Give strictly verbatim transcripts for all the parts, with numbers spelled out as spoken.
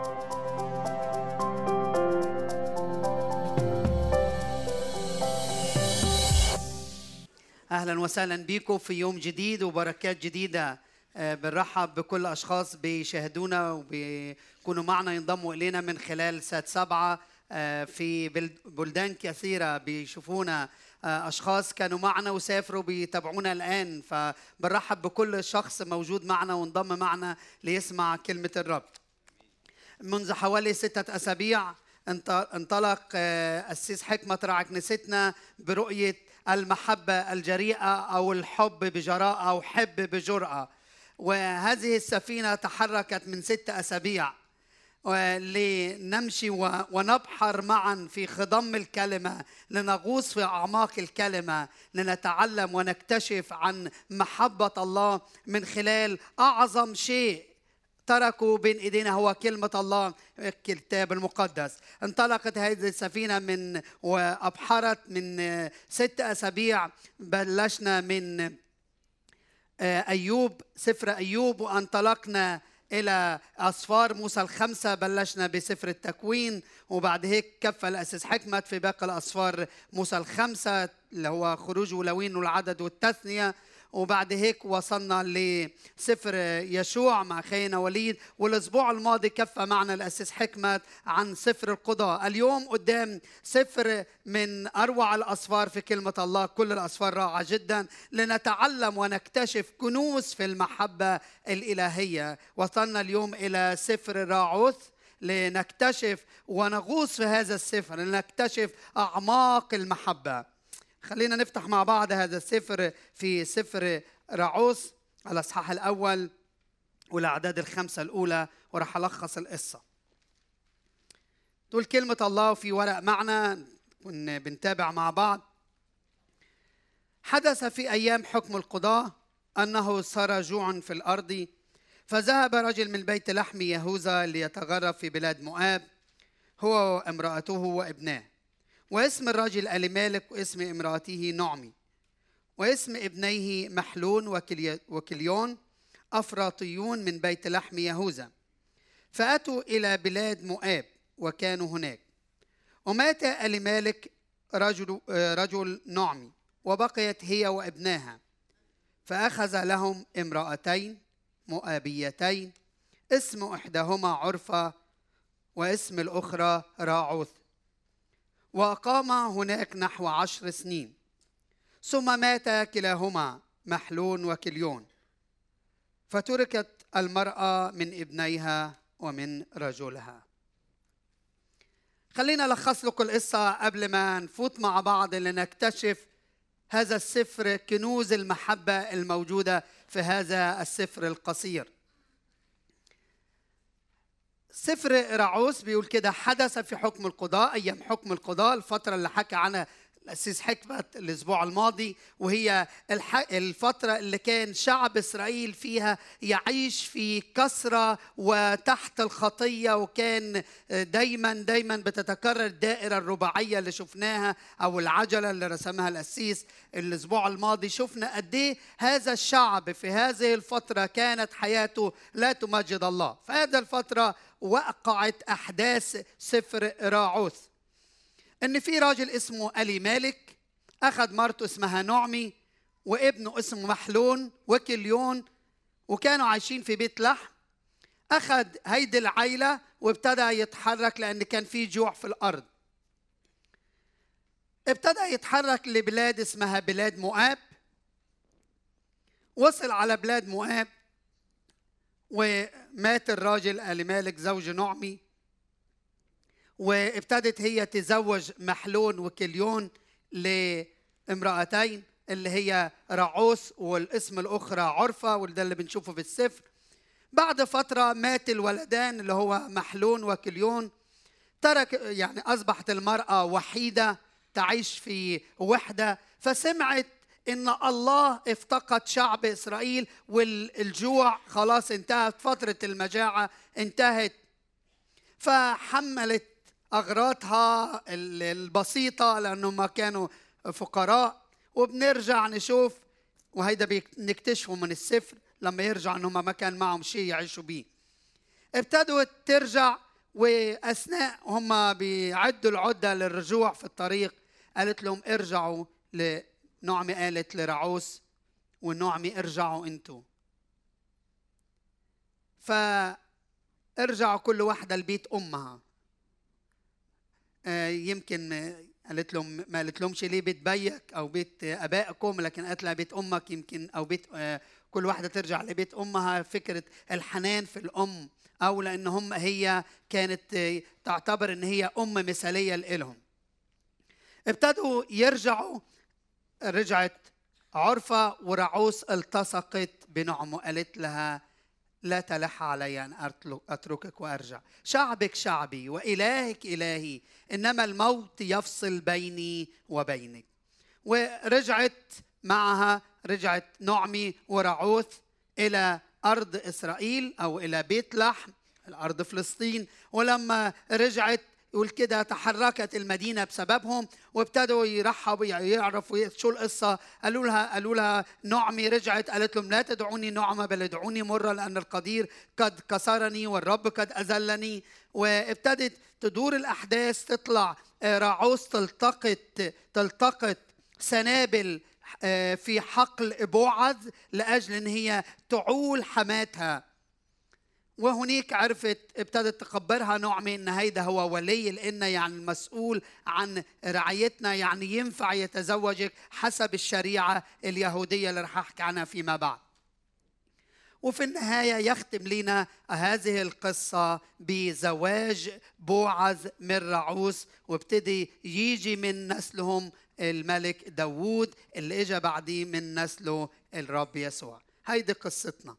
أهلا وسهلا بكم في يوم جديد وبركات جديدة. بنرحب بكل أشخاص بيشاهدونا وبيكونوا معنا ينضموا إلينا من خلال سات سبعة في بلدان كثيرة. بيشوفونا أشخاص كانوا معنا وسافروا بيتابعونا الآن، فبنرحب بكل شخص موجود معنا وانضم معنا ليسمع كلمة الرب. منذ حوالي ستة أسابيع انطلق السيس حكمة راعي كنيستنا برؤية المحبة الجريئة أو الحب بجراءة أو حب بجرأة، وهذه السفينة تحركت من ستة أسابيع لنمشي ونبحر معا في خضم الكلمة، لنغوص في أعماق الكلمة، لنتعلم ونكتشف عن محبة الله من خلال أعظم شيء تركوا بين ايدينا هو كلمة الله، الكتاب المقدس. انطلقت هذه السفينة من وابحرت من ست اسابيع. بلشنا من ايوب، سفر ايوب، وانطلقنا الى اسفار موسى الخمسة. بلشنا بسفر التكوين، وبعد هيك كفى الاسيس حكمت في باقي الاسفار موسى الخمسة اللي هو خروج ولوين والعدد والتثنية، وبعد هيك وصلنا لسفر يشوع مع خينا وليد، والاسبوع الماضي كفى معنا الاسيس حكمت عن سفر القضاء. اليوم قدام سفر من اروع الاسفار في كلمه الله، كل الاسفار رائعه جدا، لنتعلم ونكتشف كنوز في المحبه الالهيه. وصلنا اليوم الى سفر راعوث لنكتشف ونغوص في هذا السفر، لنكتشف اعماق المحبه. خلينا نفتح مع بعض هذا السفر في سفر راعوث الأصحاح الأول والأعداد الخمسة الأولى، وراح ألخص القصة. تقول كلمة الله في ورق معنا كنا بنتابع مع بعض. حدث في أيام حكم القضاة أنه صار جوع في الأرض، فذهب رجل من بيت لحم يهوذا ليتغرب في بلاد مؤاب، هو وامرأته وابناه. واسم الرجل أليمالك، واسم امرأته نعمي، واسم ابنيه محلون وكليون، أفراطيون من بيت لحم يهوذا. فأتوا إلى بلاد مؤاب وكانوا هناك. ومات أليمالك رجل, رجل نعمي، وبقيت هي وابناها. فأخذ لهم امرأتين مؤابيتين، اسم إحداهما عرفة واسم الأخرى راعوث، وأقام هناك نحو عشر سنين. ثم مات كلاهما محلون وكليون، فتركت المرأة من ابنيها ومن رجلها. خلينا نلخص لكم القصة قبل ما نفوت مع بعض لنكتشف هذا السفر، كنوز المحبة الموجودة في هذا السفر القصير. سفر راعوث بيقول كده: حدث في حكم القضاء، أيام حكم القضاء، الفترة اللي حكى عنها الأسيس حكمت الأسبوع الماضي، وهي الفترة اللي كان شعب إسرائيل فيها يعيش في كثرة وتحت الخطية، وكان دايما دايما بتتكرر الدائرة الرباعية اللي شفناها أو العجلة اللي رسمها الأسيس الأسبوع الماضي. شفنا قد إيه هذا الشعب في هذه الفترة كانت حياته لا تمجد الله. في هذه الفترة وقعت أحداث سفر راعوث، إن في راجل اسمه أليمالك أخذ مرته اسمها نعمي وابنه اسمه محلون وكليون، وكانوا عايشين في بيت لحم. أخذ هيدي العيلة وابتدى يتحرك لأن كان في جوع في الأرض. ابتدى يتحرك لبلاد اسمها بلاد مؤاب. وصل على بلاد مؤاب ومات الراجل أليمالك زوج نعمي، وابتدت هي تزوج محلون وكليون لامرأتين اللي هي راعوث والاسم الأخرى عرفة، وده اللي بنشوفه في السفر. بعد فترة مات الولدان اللي هو محلون وكليون، ترك يعني أصبحت المرأة وحيدة تعيش في وحدة. فسمعت إن الله افتقد شعب إسرائيل والجوع خلاص انتهت، فترة المجاعة انتهت. فحملت أغراضها البسيطة لأنهم كانوا فقراء. وبنرجع نشوف، وهيدا بنكتشفه من السفر، لما يرجع أنهم ما كان معهم شيء يعيشوا بيه. ابتدوا ترجع وأثناء هم بيعدوا العدة للرجوع في الطريق قالت لهم ارجعوا. لنعمي قالت لرعوس ونعمي ارجعوا انتوا. فارجعوا كل واحدة لبيت أمها. آه يمكن قالت لهم، ما قالت لهمش ليه بيت بيك أو بيت أبائكم، لكن قالت لها بيت أمك يمكن، أو بيت آه كل واحدة ترجع لبيت أمها. فكرة الحنان في الأم، أو لأن هم هي كانت آه تعتبر أن هي أم مثالية لإلهم. ابتدوا يرجعوا. رجعت عرفة ورعوس التصقت بنعم وقالت لها لا تلح علي أن أتركك وأرجع. شعبك شعبي وإلهك إلهي، إنما الموت يفصل بيني وبينك. ورجعت معها، رجعت نعمي ورعوث إلى أرض إسرائيل أو إلى بيت لحم الأرض فلسطين. ولما رجعت يقول كده تحركت المدينة بسببهم، وابتدوا يرحبوا يعرفوا شو القصة. قالوا لها قالوا لها نعمي رجعت قالت لهم لا تدعوني نعمة بل ادعوني مرة، لأن القدير قد كسرني والرب قد أذلني. وابتدت تدور الأحداث. تطلع رعوس تلتقط تلتقط سنابل في حقل بوعز لأجل أن هي تعول حماتها. وهناك عرفت ابتدت تخبرها نعمي ان هيدا هو ولي لنا، يعني المسؤول عن رعايتنا، يعني ينفع يتزوجك حسب الشريعة اليهودية اللي رح احكي عنها فيما بعد. وفي النهاية يختم لنا هذه القصة بزواج بوعز من رعوس، وابتدي يجي من نسلهم الملك داوود اللي اجى بعديه من نسله الرب يسوع. هيدي قصتنا.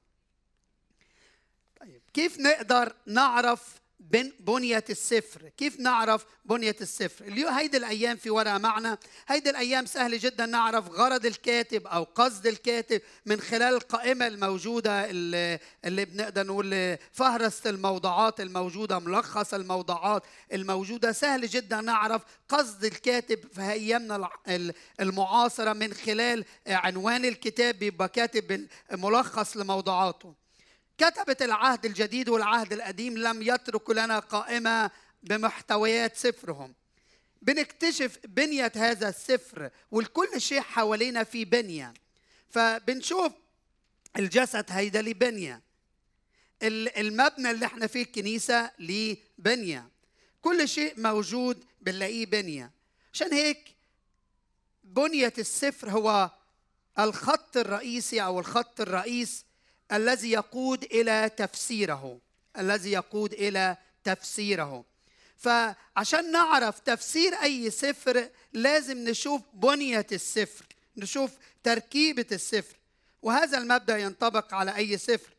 طيب كيف نقدر نعرف بنية السفر؟ كيف نعرف بنية السفر؟ اليوم هيدي الأيام في ورقة معنا. هيدي الأيام سهل جدا نعرف غرض الكاتب أو قصد الكاتب من خلال القائمة الموجودة اللي, اللي بنقدر نقول فهرسة الموضوعات الموجودة، ملخص الموضوعات الموجودة. سهل جدا نعرف قصد الكاتب في أيامنا المعاصرة من خلال عنوان الكتاب، بيبقى كاتب ملخص لموضوعاته. كتبة العهد الجديد والعهد القديم لم يتركوا لنا قائمة بمحتويات سفرهم. بنكتشف بنية هذا السفر، والكل شيء حوالينا في بنية. فبنشوف الجسد هيدا ليه بنية، المبنى اللي احنا فيه الكنيسة ليه بنية، كل شيء موجود بنلاقيه بنية. عشان هيك بنية السفر هو الخط الرئيسي أو الخط الرئيس الذي يقود إلى تفسيره الذي يقود إلى تفسيره. فعشان نعرف تفسير أي سفر لازم نشوف بنية السفر، نشوف تركيبة السفر، وهذا المبدأ ينطبق على أي سفر.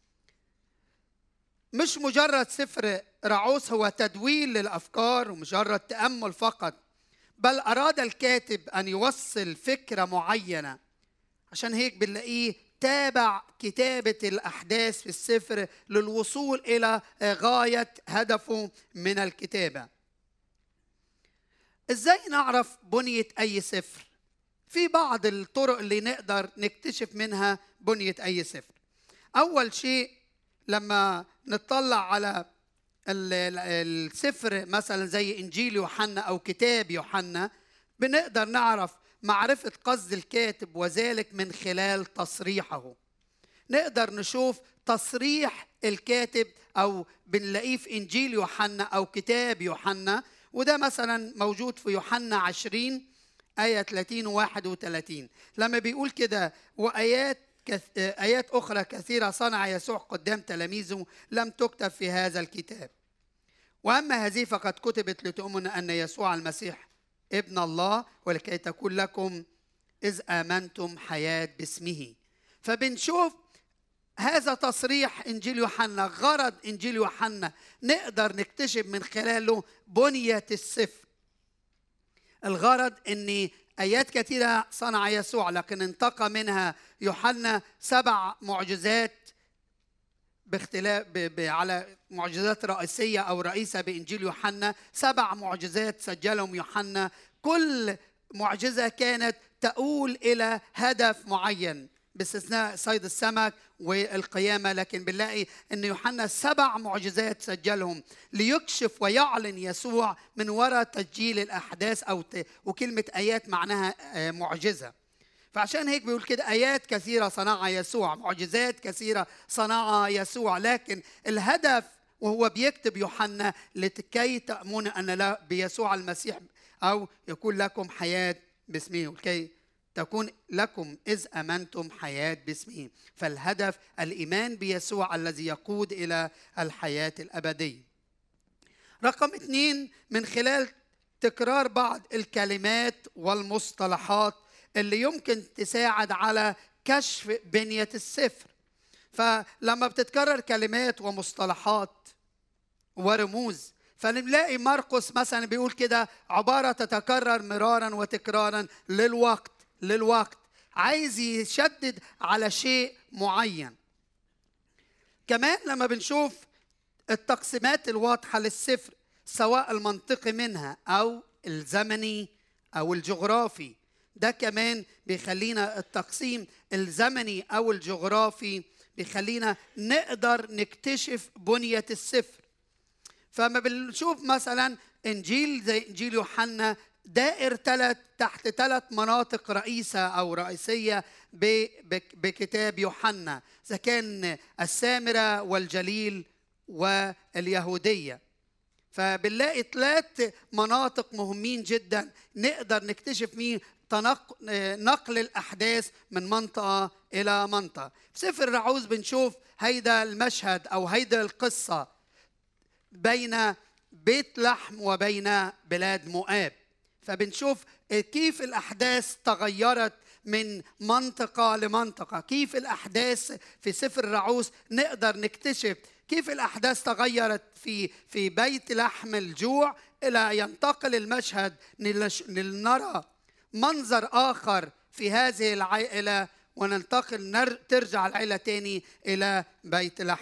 مش مجرد سفر رعوس هو تدوين للأفكار ومجرد تأمل فقط، بل أراد الكاتب أن يوصل فكرة معينة. عشان هيك بنلاقيه تابع كتابة الأحداث في السفر للوصول إلى غاية هدفه من الكتابة. إزاي نعرف بنية أي سفر؟ في بعض الطرق اللي نقدر نكتشف منها بنية أي سفر. أول شيء لما نطلع على السفر مثلا زي إنجيل يوحنا أو كتاب يوحنا، بنقدر نعرف معرفة قصد الكاتب، وذلك من خلال تصريحه. نقدر نشوف تصريح الكاتب أو بنلاقيه في إنجيل يوحنا أو كتاب يوحنا، وده مثلا موجود في يوحنا عشرين آية ثلاثين وواحد وثلاثين لما بيقول كده وآيات كث... آيات أخرى كثيرة صنع يسوع قدام تلاميذه لم تكتب في هذا الكتاب، وأما هذه فقد كتبت لتؤمنوا أن يسوع المسيح ابن الله ولكي تكون لكم إذ آمنتم حياة باسمه. فبنشوف هذا تصريح إنجيل يوحنا. غرض إنجيل يوحنا نقدر نكتشف من خلاله بنية السفر. الغرض أن آيات كثيرة صنع يسوع، لكن انتقى منها يوحنا سبع معجزات باختلاف على معجزات رئيسية أو رئيسة بإنجيل يوحنا. سبع معجزات سجلهم يوحنا، كل معجزة كانت تؤول إلى هدف معين باستثناء صيد السمك والقيامة، لكن بنلاقي أن يوحنا سبع معجزات سجلهم ليكشف ويعلن يسوع من وراء تسجيل الأحداث، أو وكلمة آيات معناها معجزة. فعشان هيك بيقول كده آيات كثيرة صنعها يسوع، معجزات كثيرة صنعها يسوع. لكن الهدف وهو بيكتب يوحنا لكي تأمنوا أن لا بيسوع المسيح أو يكون لكم حياة باسمه، لكي تكون لكم إذ أمنتم حياة باسمه. فالهدف الإيمان بيسوع الذي يقود إلى الحياة الأبدية. رقم اثنين، من خلال تكرار بعض الكلمات والمصطلحات اللي يمكن تساعد على كشف بنية السفر. فلما بتتكرر كلمات ومصطلحات ورموز، فنلاقي مرقس مثلا بيقول كده عبارة تتكرر مرارا وتكرارا للوقت للوقت عايز يشدد على شيء معين. كمان لما بنشوف التقسيمات الواضحة للسفر، سواء المنطقي منها أو الزمني أو الجغرافي، ده كمان بيخلينا التقسيم الزمني أو الجغرافي بيخلينا نقدر نكتشف بنية السفر. فما بنشوف مثلا إنجيل زي إنجيل يوحنا دائر ثلاث تحت ثلاث مناطق رئيسة أو رئيسية بكتاب يوحنا، إذا كان السامرة والجليل واليهودية. فبنلاقي ثلاث مناطق مهمين جدا نقدر نكتشف فيه نقل الأحداث من منطقة إلى منطقة. في سفر الرعوز بنشوف هيدا المشهد أو هيدا القصة بين بيت لحم وبين بلاد مؤاب. فبنشوف كيف الأحداث تغيرت من منطقة لمنطقة، كيف الأحداث في سفر الرعوز نقدر نكتشف كيف الأحداث تغيرت في في بيت لحم الجوع إلى ينتقل المشهد لنرى منظر آخر في هذه العائلة، وننتقل نر ترجع العائلة تاني إلى بيت لحم.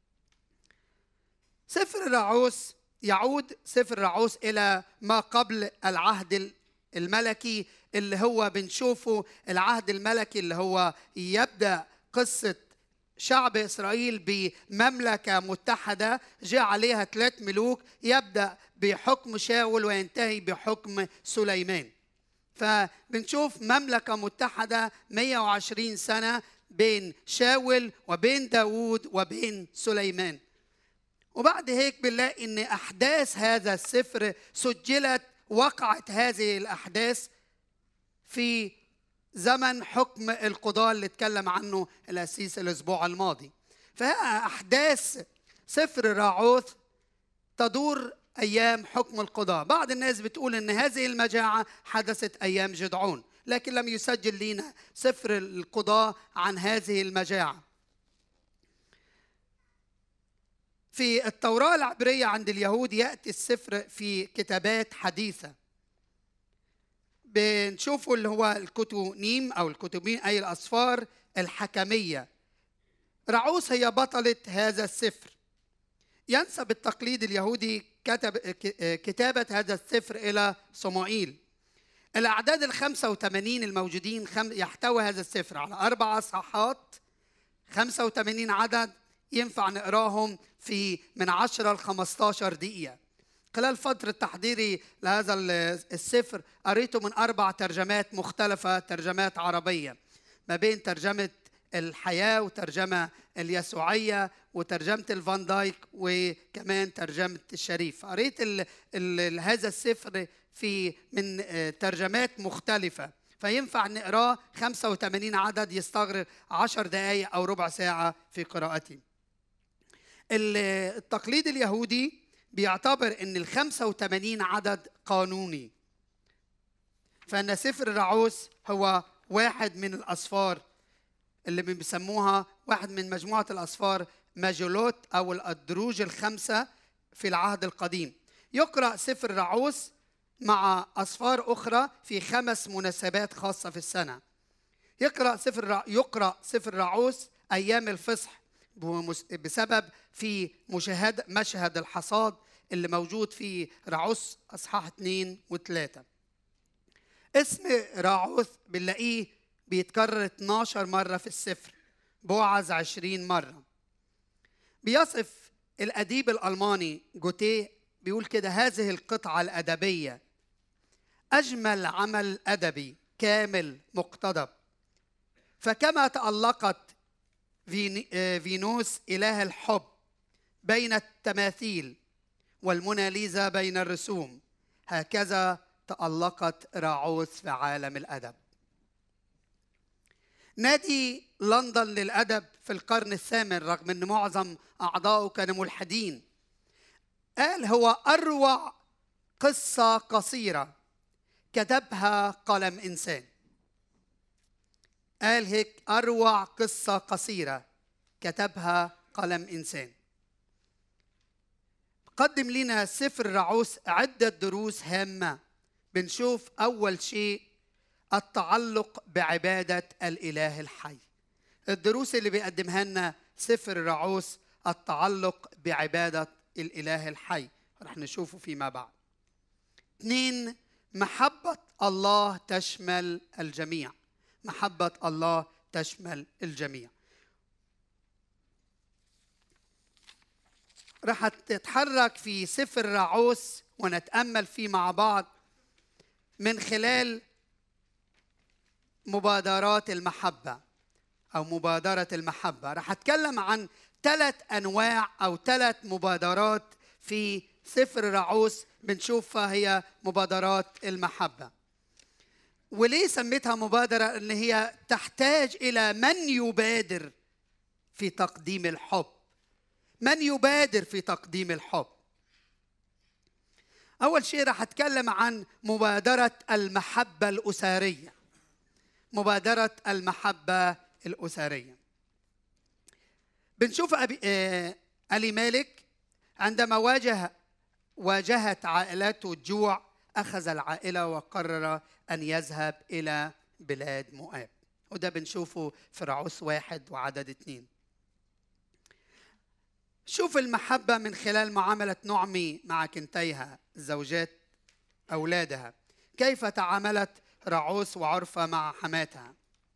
سفر الرعوز يعود سفر الرعوز إلى ما قبل العهد الملكي، اللي هو بنشوفه العهد الملكي اللي هو يبدأ قصة شعب إسرائيل بمملكة متحدة جاء عليها ثلاث ملوك، يبدأ بحكم شاول وينتهي بحكم سليمان. فبنشوف مملكة متحدة مئة وعشرين سنة بين شاول وبين داود وبين سليمان. وبعد هيك بنلاقي ان احداث هذا السفر سجلت، وقعت هذه الاحداث في زمن حكم القضاة اللي اتكلم عنه الأسيس الاسبوع الماضي. فاحداث سفر الرعوث تدور ايام حكم القضاة. بعض الناس بتقول ان هذه المجاعة حدثت ايام جدعون، لكن لم يسجل لنا سفر القضاة عن هذه المجاعة. في التوراة العبرية عند اليهود يأتي السفر في كتابات حديثة، بنشوفه اللي هو الكتونيم أو الكتبين، أي الأسفار الحكمية. رعوس هي بطلة هذا السفر. ينسب التقليد اليهودي كتب كتابة هذا السفر إلى صموئيل. الأعداد الخمسة وثمانين الموجودين يحتوي هذا السفر على أربع أصحاحات، خمسة وثمانين عدد، ينفع نقراهم في من عشرة ل خمسة عشر دقيقة. خلال فترة تحضيري لهذا السفر قريته من أربع ترجمات مختلفة، ترجمات عربية، ما بين ترجمة الحياة وترجمة اليسوعية وترجمة الفان دايك وكمان ترجمة الشريف. قريت ال ال هذا السفر في من ترجمات مختلفة، فينفع نقراه خمسة وثمانين عدد، يستغرق عشر دقائق أو ربع ساعة في قراءته. التقليد اليهودي بيعتبر أن ال خمسة وثمانين عدد قانوني، فإن سفر الرعوس هو واحد من الأسفار اللي بيسموها واحد من مجموعة الأسفار ماجولوت أو الأدروج الخمسة في العهد القديم. يقرأ سفر الرعوس مع أسفار أخرى في خمس مناسبات خاصة في السنة. يقرأ سفر يقرأ سفر الرعوس أيام الفصح بسبب في مشاهدة مشهد الحصاد اللي موجود في رعوس أصحاح اثنين وثلاثة. اسم رعوث بنلاقيه بيتكرر اتناشر مرة في السفر، بوعز عشرين مرة. بيصف الأديب الألماني جوتيه بيقول كده: هذه القطعة الأدبية أجمل عمل أدبي كامل مقتضب، فكما تألقت فينوس إله الحب بين التماثيل والموناليزا بين الرسوم، هكذا تألقت راعوث في عالم الأدب. نادي لندن للأدب في القرن الثامن رغم أن معظم أعضائه كانوا ملحدين قال هو أروع قصة قصيرة كتبها قلم إنسان. قال هيك: أروع قصة قصيرة كتبها قلم إنسان. قدم لنا سفر راعوث عدة دروس هامة. بنشوف أول شيء التعلق بعبادة الإله الحي. الدروس اللي بيقدمها لنا سفر راعوث التعلق بعبادة الإله الحي، رح نشوفه فيما بعد. اثنين، محبة الله تشمل الجميع. محبة الله تشمل الجميع. رح تتحرك في سفر راعوث ونتأمل فيه مع بعض من خلال مبادرات المحبة أو مبادرة المحبة. رح أتكلم عن ثلاث أنواع أو ثلاث مبادرات في سفر راعوث بنشوفها هي مبادرات المحبة. وليه سميتها مبادرة؟ أن هي تحتاج إلى من يبادر في تقديم الحب. من يبادر في تقديم الحب. أول شيء رح أتكلم عن مبادرة المحبة الأسرية. مبادرة المحبة الأسرية. بنشوف أبي آه ألي مالك عندما واجه واجهت عائلته الجوع أخذ العائلة وقرر أن يذهب إلى بلاد مؤاب، وده بنشوفه في راعوث واحد وعدد اثنين. شوف المحبة من خلال معاملة نعمي مع كنتيها زوجات أولادها، كيف تعاملت راعوث وعرفة مع حماتها.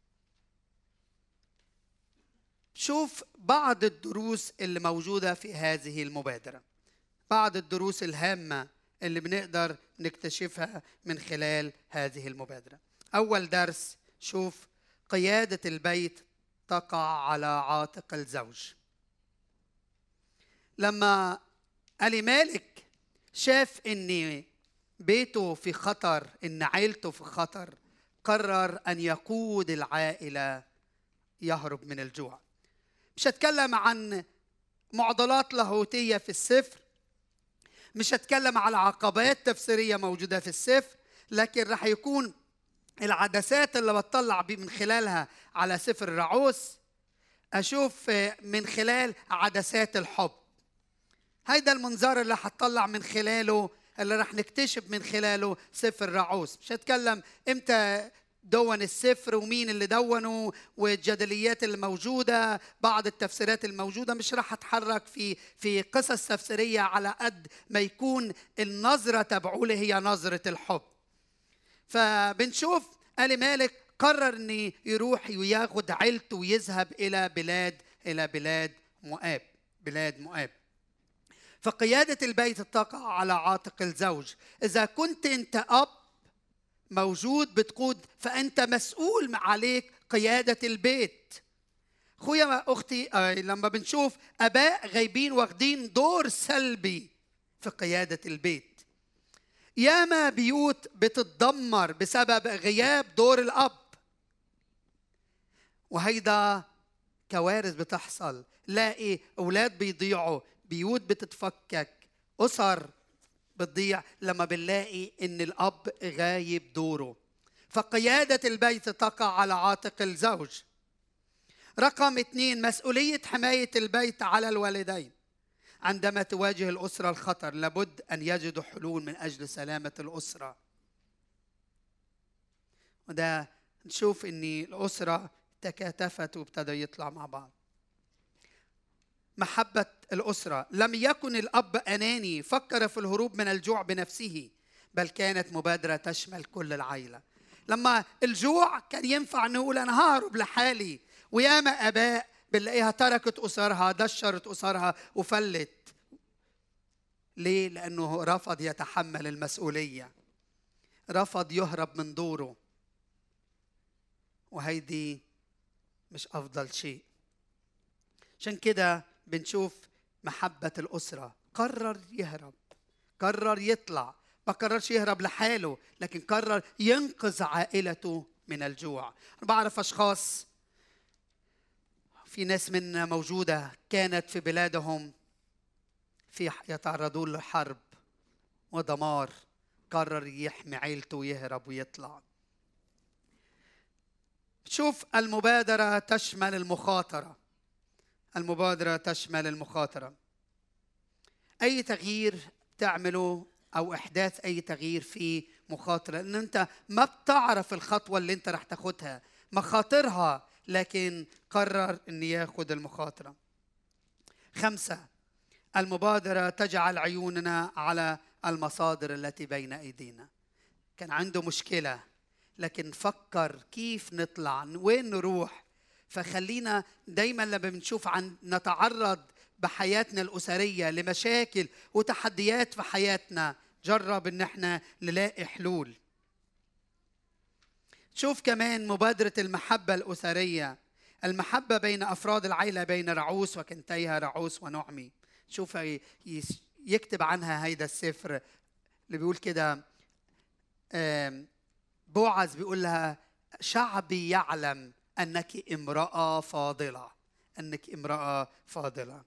شوف بعض الدروس اللي موجودة في هذه المبادرة، بعض الدروس الهامة اللي بنقدر نكتشفها من خلال هذه المبادرة. أول درس، شوف قيادة البيت تقع على عاتق الزوج. لما ألي مالك شاف إن بيته في خطر، إن عائلته في خطر، قرر أن يقود العائلة يهرب من الجوع. مش هتكلم عن معضلات لاهوتية في السفر، مش هتكلم على عقبات تفسيرية موجودة في السفر، لكن رح يكون العدسات اللي بتطلع من خلالها على سفر راعوث أشوف من خلال عدسات الحب. هيدا المنظار اللي هتطلع من خلاله، اللي رح نكتشف من خلاله سفر راعوث. مش هتكلم امتى دون السفر ومين اللي دونه والجدليات اللي موجودة، بعض التفسيرات الموجودة. مش رح اتحرك في في قصص تفسيرية على قد ما يكون النظرة تبعوله هي نظرة الحب. فبنشوف ألي مالك قرر أن يروح وياخد عيلته ويذهب إلى بلاد إلى بلاد مؤاب، بلاد مؤاب. فقيادة البيت تقع على عاتق الزوج. إذا كنت أنت أب موجود بتقود، فأنت مسؤول عليك قيادة البيت. خويا أختي، لما بنشوف أباء غايبين واخدين دور سلبي في قيادة البيت، ياما بيوت بتتدمر بسبب غياب دور الأب، وهيدا كوارث بتحصل. لاقي أولاد بيضيعوا، بيوت بتتفكك، أسر بتضيع لما بنلاقي إن الأب غايب دوره. فقيادة البيت تقع على عاتق الزوج. رقم اثنين، مسؤولية حماية البيت على الوالدين. عندما تواجه الأسرة الخطر لابد أن يجدوا حلول من أجل سلامة الأسرة. وده نشوف إن الأسرة تكاتفت وابتدوا يطلع مع بعض. محبة الأسرة. لم يكن الأب أناني فكر في الهروب من الجوع بنفسه، بل كانت مبادرة تشمل كل العائلة. لما الجوع كان ينفع نقول أنا ههرب لحالي، وياما آباء بنلاقيها تركت أسرها، دشرت أسرها وفلت. ليه؟ لأنه رفض يتحمل المسؤولية، رفض يهرب من دوره، وهيدي مش أفضل شيء. عشان كده بنشوف محبة الأسرة، قرر يهرب، قرر يطلع، ما قررش يهرب لحاله، لكن قرر ينقذ عائلته من الجوع. أنا بعرف أشخاص، في ناس منا موجودة كانت في بلادهم في يتعرضون لحرب ودمار، قرر يحمي عيلته ويهرب ويطلع. شوف، المبادرة تشمل المخاطرة، المبادرة تشمل المخاطرة. أي تغيير تعمله أو إحداث أي تغيير في مخاطرة، لأن أنت ما بتعرف الخطوة اللي أنت رح تاخدها، مخاطرها، لكن قرر أن ياخد المخاطرة. خمسة، المبادرة تجعل عيوننا على المصادر التي بين أيدينا. كان عنده مشكلة، لكن فكر كيف نطلع، وين نروح. فخلينا دايما لما بنشوف عن نتعرض بحياتنا الأسرية لمشاكل وتحديات في حياتنا، جرب ان احنا نلاقي حلول. شوف كمان مبادرة المحبة الأسرية، المحبة بين أفراد العائلة، بين رعوس وكنتيها، رعوس ونعمي. شوف يكتب عنها هيدا السفر اللي بيقول كده، بوعز بيقول لها شعبي يعلم أنك امرأة فاضلة، أنك امرأة فاضلة.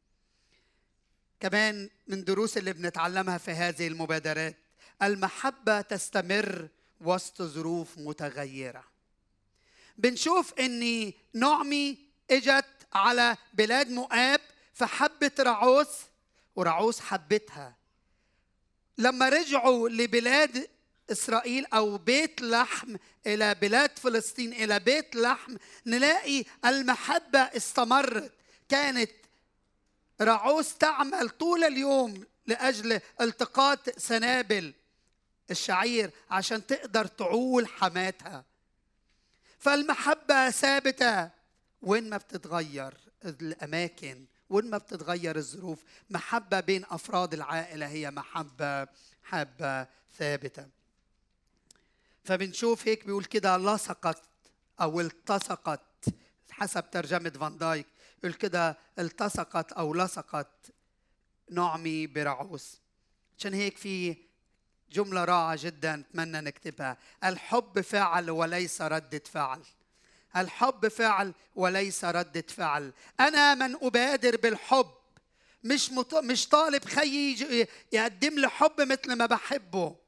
كمان من دروس اللي بنتعلمها في هذه المبادرات، المحبة تستمر وسط ظروف متغيرة. بنشوف أن نعمي اجت على بلاد مؤاب فحبت رعوس، ورعوس حبتها. لما رجعوا لبلاد إسرائيل أو بيت لحم، إلى بلاد فلسطين، إلى بيت لحم، نلاقي المحبة استمرت. كانت رعوس تعمل طول اليوم لأجل التقاط سنابل الشعير عشان تقدر تعول حماتها. فالمحبة ثابتة وين ما بتتغير الأماكن، وين ما بتتغير الظروف. محبة بين أفراد العائلة هي محبة حبة ثابتة. فبنشوف هيك بيقول كده لصقت أو التصقت، حسب ترجمة فان دايك يقول كده التصقت أو لصقت نعمي برعوس. عشان هيك في جملة رائعة جدا أتمنى نكتبها: الحب فعل وليس ردة فعل. الحب فعل وليس ردة فعل. أنا من أبادر بالحب، مش مط... مش طالب خيي يقدم لي حب مثل ما بحبه.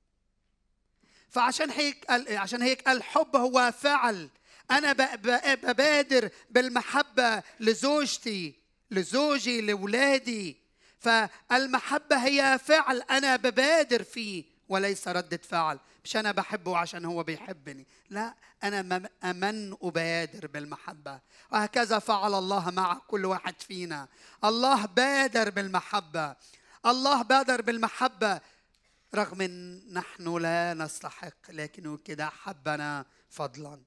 فعشان هيك عشان هيك الحب هو فعل. أنا ببادر بالمحبة لزوجتي، لزوجي، لأولادي. فالمحبة هي فعل أنا ببادر فيه وليس ردة فعل. مش أنا بحبه عشان هو بيحبني، لا، أنا من أبادر بالمحبة. وهكذا فعل الله مع كل واحد فينا. الله بادر بالمحبة، الله بادر بالمحبة رغم أن نحن لا نستحق، لكنه كده حبنا فضلا.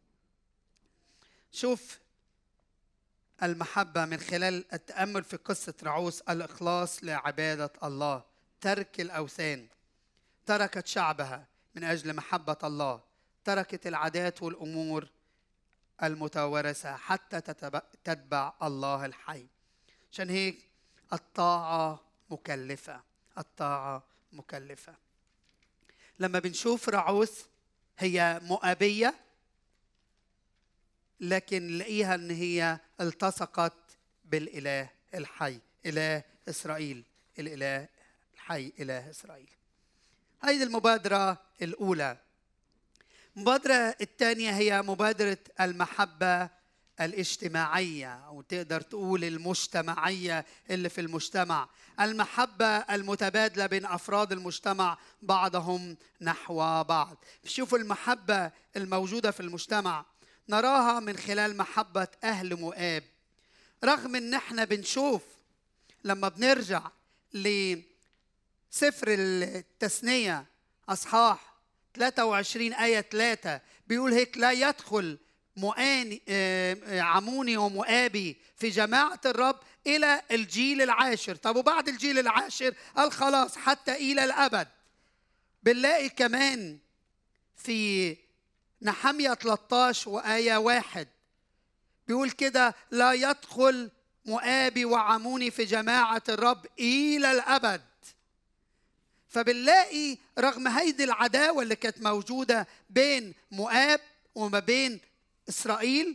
شوف المحبة من خلال التأمل في قصة رعوس، الإخلاص لعبادة الله، ترك الأوثان. تركت شعبها من أجل محبة الله، تركت العادات والأمور المتوارثة حتى تتبع الله الحي. عشان هيك الطاعة مكلفة، الطاعة مكلفة. لما بنشوف رعوس هي مؤابية، لكن نلاقيها ان هي التصقت بالاله الحي، اله اسرائيل، الاله الحي، اله اسرائيل. هذه المبادره الاولى. المبادره الثانيه هي مبادره المحبه الاجتماعيه، او تقدر تقول المجتمعيه اللي في المجتمع. المحبه المتبادله بين افراد المجتمع بعضهم نحو بعض. شوفوا المحبه الموجوده في المجتمع نراها من خلال محبة أهل مؤاب. رغم أن احنا بنشوف لما بنرجع لسفر التثنية أصحاح ثلاثة وعشرين آية ثلاثة بيقول هيك: لا يدخل مؤاني عموني ومؤابي في جماعة الرب إلى الجيل العاشر. طب وبعد الجيل العاشر قال خلاص حتى إلى الأبد. بنلاقي كمان في نحمية ثلاثة عشر وآية واحد بيقول كده: لا يدخل مؤابي وعموني في جماعة الرب إلى الأبد. فبنلاقي رغم هيدي العداوة اللي كانت موجودة بين مؤاب وما بين إسرائيل،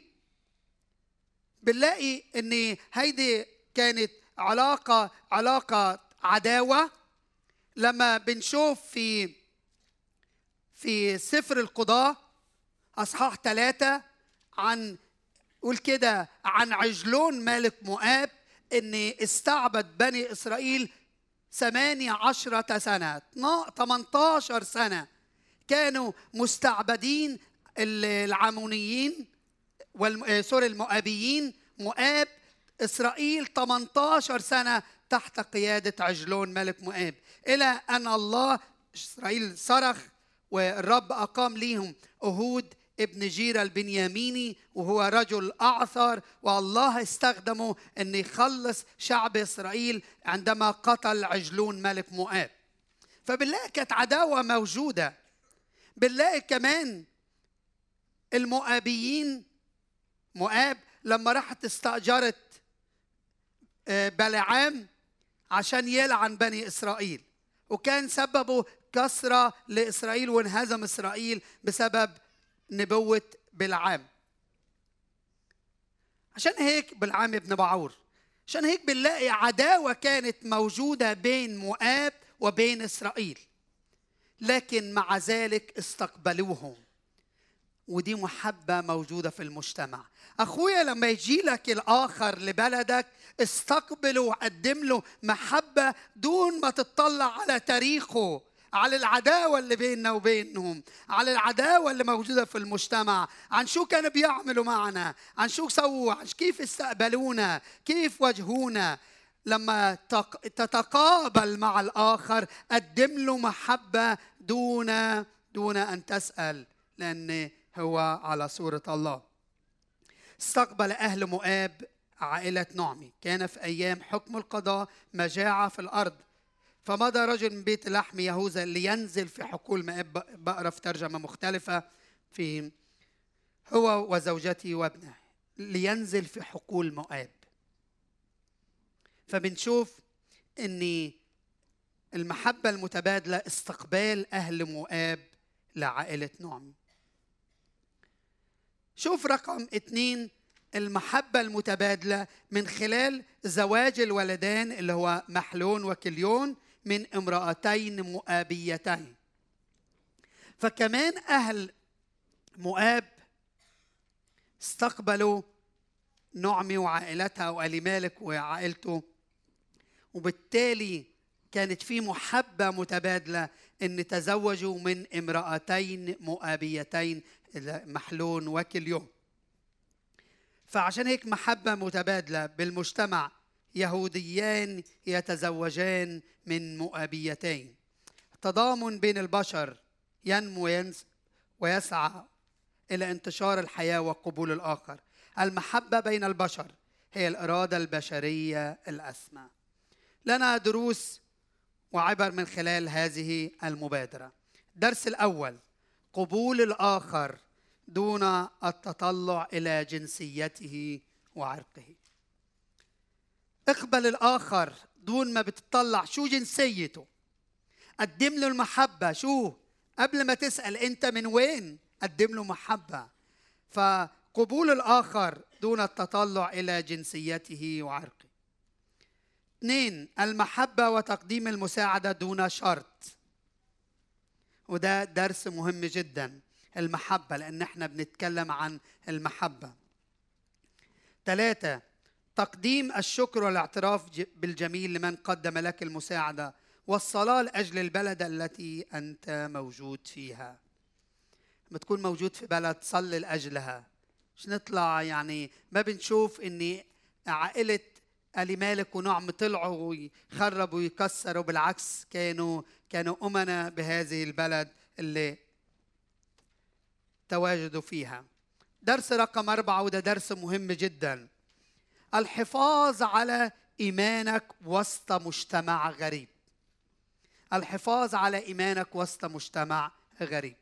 بنلاقي ان هيدي كانت علاقة علاقة عداوة. لما بنشوف في في سفر القضاء أصحاح ثلاثة عن قول كده عن عجلون ملك مؤاب ان استعبد بني إسرائيل ثمانية عشرة سنة، ثمانية عشر سنة كانوا مستعبدين العمونيين سوري المؤابيين. مؤاب إسرائيل ثمانية عشر سنة تحت قيادة عجلون ملك مؤاب، إلى أن الله إسرائيل صرخ والرب أقام ليهم أهود ابن جيرة البنياميني، وهو رجل أعثر، والله استخدمه أن يخلص شعب إسرائيل عندما قتل عجلون ملك مؤاب. فبنلاقي كانت عداوة موجودة. بنلاقي كمان المؤابيين، مؤاب لما راحت استأجرت بلعام عشان يلعن بني إسرائيل، وكان سببه كسرة لإسرائيل وانهزم إسرائيل بسبب نبوة بلعام. عشان هيك بلعام ابن بعور، عشان هيك بنلاقي عداوة كانت موجودة بين مؤاب وبين إسرائيل، لكن مع ذلك استقبلوهم. ودي محبة موجودة في المجتمع. أخويا لما يجي لك الآخر لبلدك استقبله وقدم له محبة دون ما تطلع على تاريخه، على العداوة اللي بيننا وبينهم، على العداوة اللي موجودة في المجتمع، عن شو كانوا بيعملوا معنا، عن شو سووا، عن كيف استقبلونا، كيف وجهونا. لما تتقابل مع الآخر قدم له محبة دون دون أن تسأل، لأن هو على صورة الله. استقبل أهل مؤاب عائلة نعمي. كان في أيام حكم القضاء مجاعة في الأرض، فمضى رجل من بيت لحم يهوذا لينزل في حقول مؤاب. بقرأ في ترجمة مختلفة، في هو وزوجته وابنه، لينزل في حقول مؤاب. فبنشوف أن المحبة المتبادلة استقبال أهل مؤاب لعائلة نعمي. شوف رقم اثنين، المحبة المتبادلة من خلال زواج الولدان اللي هو محلون وكليون من امرأتين مؤابيتين. فكمان أهل مؤاب استقبلوا نعمي وعائلتها وأليمالك وعائلته، وبالتالي كانت في محبة متبادلة ان تزوجوا من امرأتين مؤابيتين محلون وكليون. فعشان هيك محبة متبادلة بالمجتمع، يهوديان يتزوجان من مؤابيتين. تضامن بين البشر ينمو ويسعى إلى انتشار الحياة وقبول الآخر. المحبة بين البشر هي الإرادة البشرية الأسمى. لنا دروس وعبر من خلال هذه المبادرة. الدرس الأول: قبول الآخر دون التطلع إلى جنسيته وعرقه. اقبل الآخر دون ما بتطلع شو جنسيته. قدم له المحبة. شو قبل ما تسأل أنت من وين، قدم له محبة. فقبول الآخر دون التطلع إلى جنسيته وعرقه. اثنين، المحبة وتقديم المساعدة دون شرط. وده درس مهم جدا، المحبة، لأن احنا بنتكلم عن المحبة. ثلاثة، تقديم الشكر والاعتراف بالجميل لمن قدم لك المساعدة، والصلاة لأجل البلد التي أنت موجود فيها. لما تكون موجود في بلد صلي لأجلها. مش نطلع يعني ما بنشوف إن عائلة أليمالك ونعم طلعوا ويخربوا ويكسروا، بالعكس كانوا كانوا أمنا بهذه البلد اللي تواجدوا فيها. درس رقم أربعة، وده درس مهم جدا: الحفاظ على إيمانك وسط مجتمع غريب. الحفاظ على إيمانك وسط مجتمع غريب.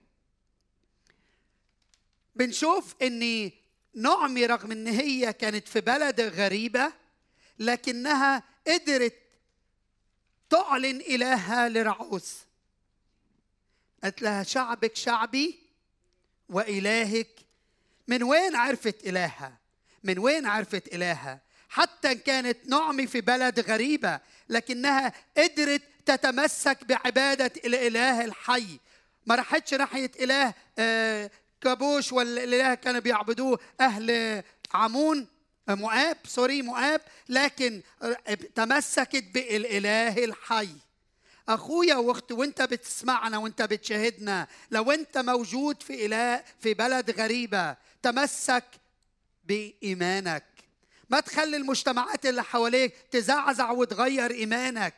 بنشوف أن نعمي رغم أن هي كانت في بلد غريبة، لكنها قدرت تعلن إلهها لرعوس. قالت لها: شعبك شعبي وإلهك. من وين عرفت إلهها؟ من وين عرفت إلهها؟ حتى كانت نعمي في بلد غريبة، لكنها قدرت تتمسك بعبادة الإله الحي. ما راحتش ناحية إله آه كابوش، والإله كانوا بيعبدوه أهل عمون مؤاب سوري مؤاب لكن تمسكت بالإله الحي. أخويا وأختي، وأنت بتسمعنا وأنت بتشاهدنا، لو أنت موجود في إله في بلد غريبة، تمسك بإيمانك. ما تخلي المجتمعات اللي حواليك تزعزع وتغير إيمانك.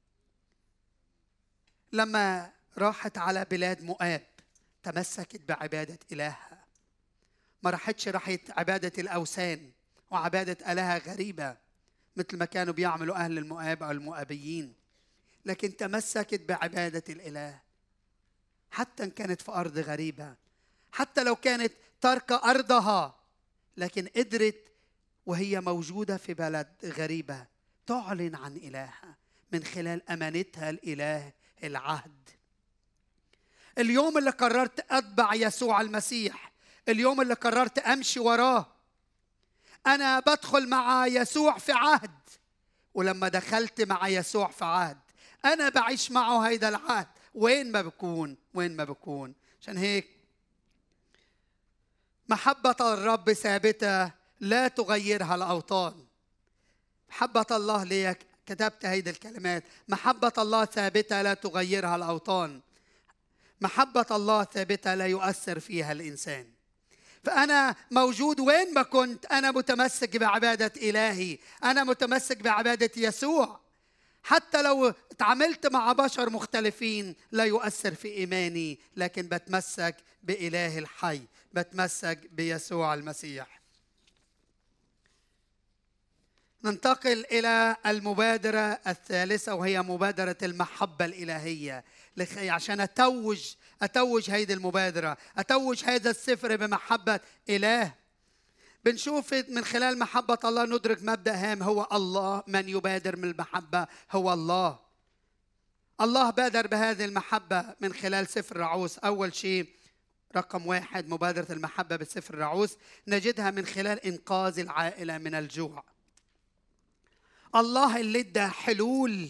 لما راحت على بلاد مؤاب تمسكت بعبادة إلهها، ما راحتش راحت عبادة الأوثان وعبادة آلهة غريبة مثل ما كانوا بيعملوا أهل المؤاب أو المؤابيين، لكن تمسكت بعبادة الإله. حتى إن كانت في أرض غريبة، حتى لو كانت ترك أرضها، لكن قدرت وهي موجودة في بلد غريبة تعلن عن إلهها من خلال أمانتها الإله العهد. اليوم اللي قررت أتبع يسوع المسيح، اليوم اللي قررت أمشي وراه، أنا بدخل مع يسوع في عهد. ولما دخلت مع يسوع في عهد، أنا بعيش معه هيدا العهد وين ما بكون وين ما بكون. عشان هيك محبة الرب ثابتة لا تغيرها الأوطان. محبة الله ليك، كتبت هيدا الكلمات: محبة الله ثابتة لا تغيرها الأوطان. محبة الله ثابتة لا يؤثر فيها الإنسان. فأنا موجود وين ما كنت، أنا متمسك بعبادة إلهي، أنا متمسك بعبادة يسوع. حتى لو تعاملت مع بشر مختلفين لا يؤثر في إيماني، لكن بتمسك بإله الحي، بتمسك بيسوع المسيح. ننتقل إلى المبادرة الثالثة، وهي مبادرة المحبة الإلهية. عشان أتوج أتوج هذه المبادرة، أتوج هذا السفر بمحبة إله. بنشوف من خلال محبة الله ندرك مبدأ هام، هو الله. من يبادر من المحبة هو الله. الله بادر بهذه المحبة من خلال سفر رعوس. أول شيء رقم واحد، مبادرة المحبة بسفر رعوس نجدها من خلال إنقاذ العائلة من الجوع. الله اللي ادى حلول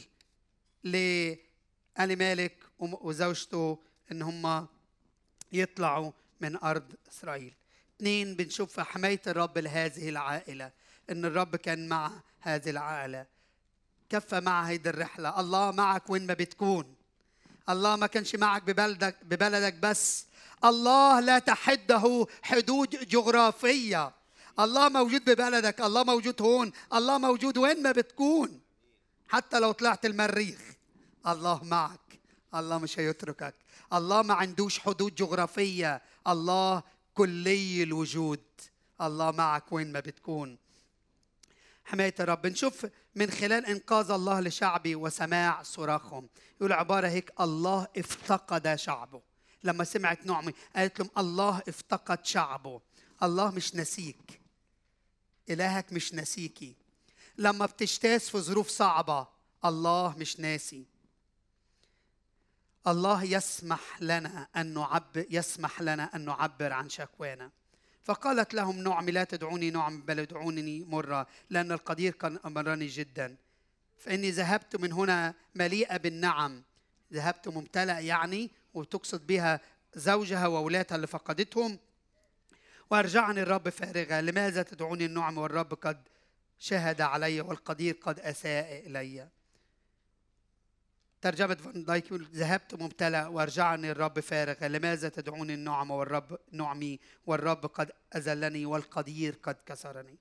لآل مالك وزوجته إن هم يطلعوا من أرض إسرائيل. اثنين، بنشوف حماية الرب لهذه العائلة، إن الرب كان مع هذه العائلة، كفى مع هيدي الرحلة. الله معك وين ما بتكون. الله ما كانش معك ببلدك ببلدك بس، الله لا تحده حدود جغرافية. الله موجود ببلدك، الله موجود هون، الله موجود وين ما بتكون. حتى لو طلعت المريخ الله معك، الله مش هيتركك. الله ما عندوش حدود جغرافية، الله كلي الوجود، الله معك وين ما بتكون. حماية الرب نشوف من خلال إنقاذ الله لشعبي وسماع صراخهم. يقول عبارة هيك: الله افتقد شعبه. لما سمعت نعمي قالت لهم الله افتقد شعبه. الله مش نسيك، إلهك مش نسيكي. لما بتجتاز في ظروف صعبة الله مش ناسي. الله يسمح لنا أن نعبر يسمح لنا أن نعبر عن شكوانا. فقالت لهم نعمي: لا تدعوني نعم بل ادعونني مرة، لأن القدير كان أمرني جدا. فإني ذهبت من هنا مليئة بالنعم. ذهبت ممتلئ يعني، وتقصد بها زوجها وأولادها اللي فقدتهم. وأرجعني الرب فارغة. لماذا تدعوني النعم والرب قد شهد علي والقدير قد أساء إلي؟ ترجمة فان دايك يقول: ذهبت ممتلئ وأرجعني الرب فارغة. لماذا تدعوني النعم والرب نعمي والرب قد أذلني والقدير قد كسرني؟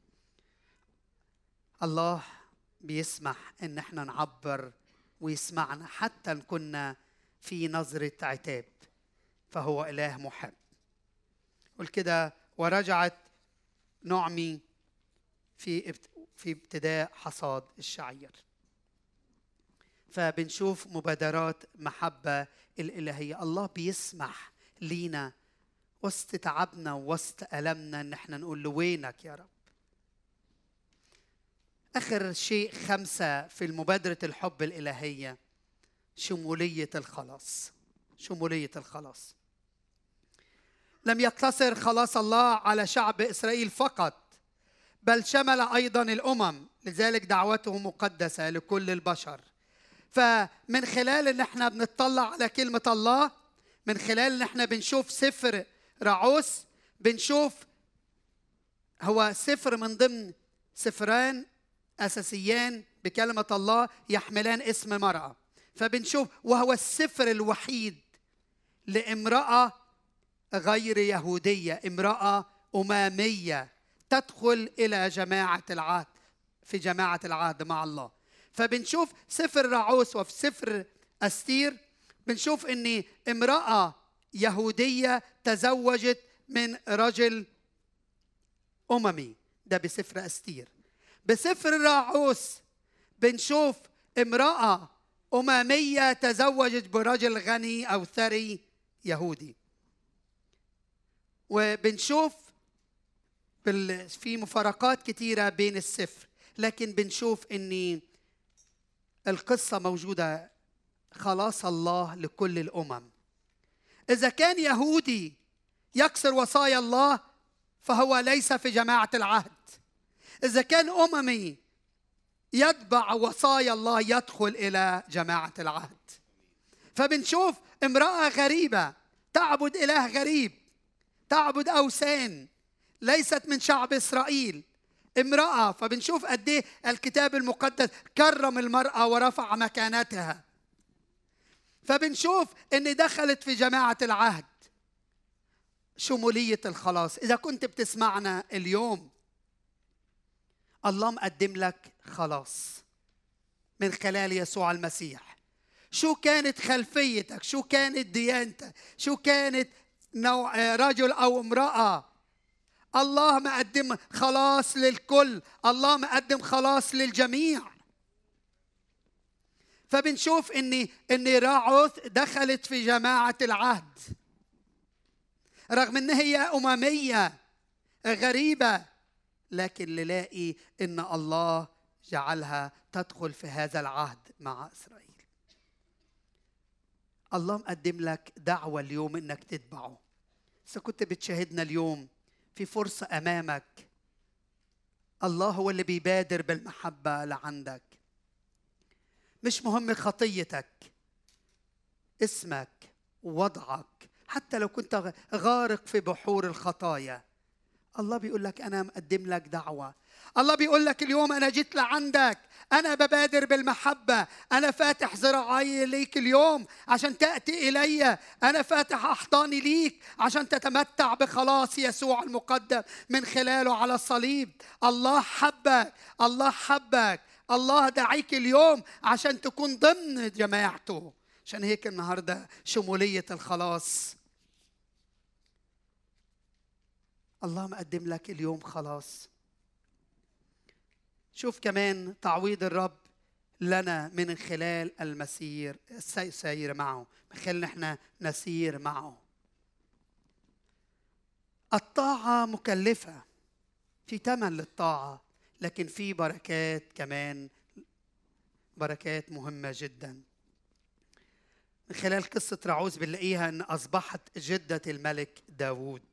الله بيسمح إن احنا نعبر ويسمعنا حتى إن كنا في نظرة عتاب، فهو إله محب. قل كده: ورجعت نعمي في في ابتداء حصاد الشعير. فبنشوف مبادرات محبة الإلهية. الله بيسمح لينا وسط تعبنا ووسط ألمنا إن احنا نقول له وينك يا رب. آخر شيء خمسة في المبادرة الحب الإلهية: شمولية الخلاص. شمولية الخلاص. لم يقتصر خلاص الله على شعب إسرائيل فقط، بل شمل أيضا الأمم، لذلك دعوته مقدسة لكل البشر. فمن خلال ان احنا بنطلع على كلمة الله، من خلال ان احنا بنشوف سفر رعوس، بنشوف هو سفر من ضمن سفران أساسيان بكلمة الله يحملان اسم مرأة. فبنشوف وهو السفر الوحيد لامرأة غير يهودية، امرأة أممية تدخل إلى جماعة العهد، في جماعة العهد مع الله. فبنشوف سفر رعوس وفي سفر أستير بنشوف أن امرأة يهودية تزوجت من رجل أممي، ده بسفر أستير. بسفر رعوس بنشوف امرأة أممية تزوجت برجل غني أو ثري يهودي. وبنشوف في مفارقات كتيرة بين السفر، لكن بنشوف أن القصة موجودة، خلاص الله لكل الأمم. إذا كان يهودي يكسر وصايا الله فهو ليس في جماعة العهد. إذا كان أممي يتبع وصايا الله يدخل إلى جماعة العهد. فبنشوف امرأة غريبة تعبد إله غريب، تعبد أوثان، ليست من شعب إسرائيل، امرأة. فبنشوف قد ايه الكتاب المقدس كرم المرأة ورفع مكانتها. فبنشوف ان دخلت في جماعة العهد. شمولية الخلاص. إذا كنت بتسمعنا اليوم، الله مقدم لك خلاص من خلال يسوع المسيح. شو كانت خلفيتك، شو كانت ديانتك، شو كانت نوع رجل أو امرأة، الله مقدم خلاص للكل. الله مقدم خلاص للجميع. فبنشوف ان ان راعوث دخلت في جماعة العهد رغم ان هي أممية غريبة، لكن نلاقي ان الله جعلها تدخل في هذا العهد مع إسرائيل. الله مقدم لك دعوة اليوم انك تتبعه. إذا كنت بتشاهدنا اليوم في فرصة أمامك، الله هو اللي بيبادر بالمحبة لعندك. مش مهم خطيتك، اسمك، وضعك، حتى لو كنت غارق في بحور الخطايا، الله بيقول لك أنا مقدم لك دعوة. الله بيقول لك اليوم أنا جيت لعندك، أنا ببادر بالمحبة، أنا فاتح ذراعي ليك اليوم عشان تأتي إلي، أنا فاتح أحضاني ليك عشان تتمتع بخلاص يسوع المقدم من خلاله على الصليب. الله حبك، الله حبك، الله دعيك اليوم عشان تكون ضمن جماعته. عشان هيك النهاردة شمولية الخلاص. الله مقدم لك اليوم خلاص. شوف كمان تعويض الرب لنا من خلال المسير السير معه، من خلال نحن نسير معه. الطاعة مكلفة، في ثمن للطاعة، لكن في بركات كمان، بركات مهمة جدا. من خلال قصة رعوز بنلاقيها أن أصبحت جدة الملك داود،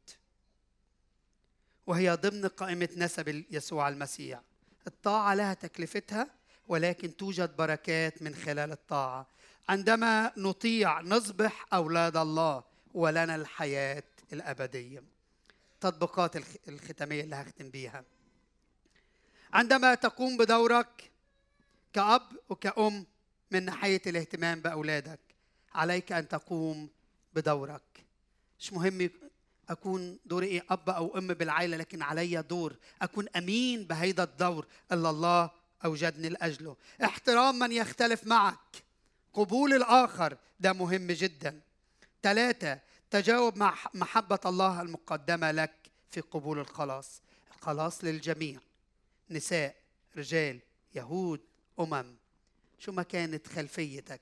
وهي ضمن قائمة نسب يسوع المسيح. الطاعة لها تكلفتها، ولكن توجد بركات من خلال الطاعة. عندما نطيع نصبح أولاد الله ولنا الحياة الأبدية. تطبيقات الختامية اللي هختم بيها: عندما تقوم بدورك كأب وكأم من ناحية الاهتمام بأولادك، عليك أن تقوم بدورك. مش مهم أكون دوري إيه أب أو أم بالعائلة، لكن علي دور أكون أمين بهيدا الدور اللي الله أوجدني لأجله. احترام من يختلف معك، قبول الآخر، ده مهم جدا. ثلاثة، تجاوب مع محبة الله المقدمة لك في قبول الخلاص. الخلاص للجميع، نساء، رجال، يهود، أمم، شو ما كانت خلفيتك.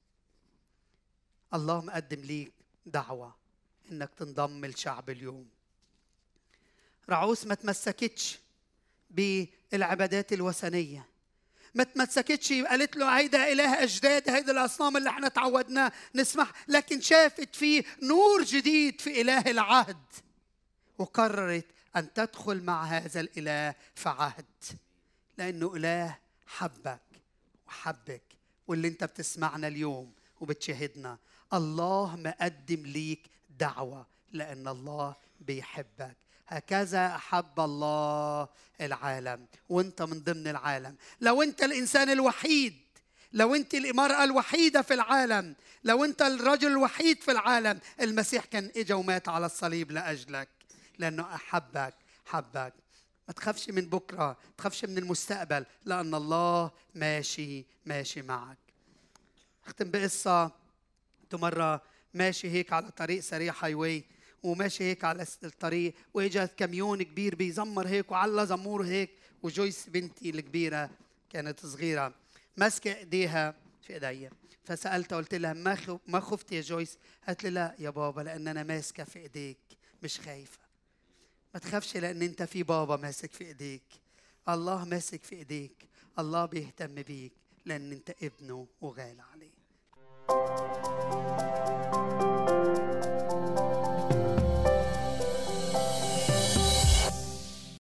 الله مقدم ليك دعوة إنك تنضم لشعب اليوم. رعوس ما تمسكتش بالعبادات الوثنية، ما تمسكتش قالت له هيدا إله أجداد، هيدا الأصنام اللي احنا تعودنا نسمح، لكن شافت فيه نور جديد في إله العهد، وقررت أن تدخل مع هذا الإله في عهد، لأنه إله حبك وحبك. واللي انت بتسمعنا اليوم وبتشاهدنا، الله مقدم ليك دعوة لأن الله بيحبك. هكذا أحب الله العالم، وانت من ضمن العالم. لو انت الإنسان الوحيد، لو انت المرأة الوحيدة في العالم، لو انت الرجل الوحيد في العالم، المسيح كان اجا ومات على الصليب لأجلك، لأنه أحبك حبك. ما تخافش من بكرة، ما تخافش من المستقبل، لأن الله ماشي ماشي معك. أختم بقصة. كنت مرة ماشي هيك على طريق سريع هاي واي، وماشي هيك على الطريق، واجا كاميون كبير بيزمر هيك وعلى زمور هيك، وجويس بنتي الكبيرة كانت صغيرة ماسكة ايديها في ايديا، فسألتها قلت لها ما ما خفت يا جويس؟ قالت لي لا يا بابا، لأن أنا ماسكة في ايديك مش خايفة. ما تخافش لأن أنت في بابا ماسك في ايديك، الله ماسك في ايديك، الله بيهتم بيك لأن أنت ابنه وغالي عليه.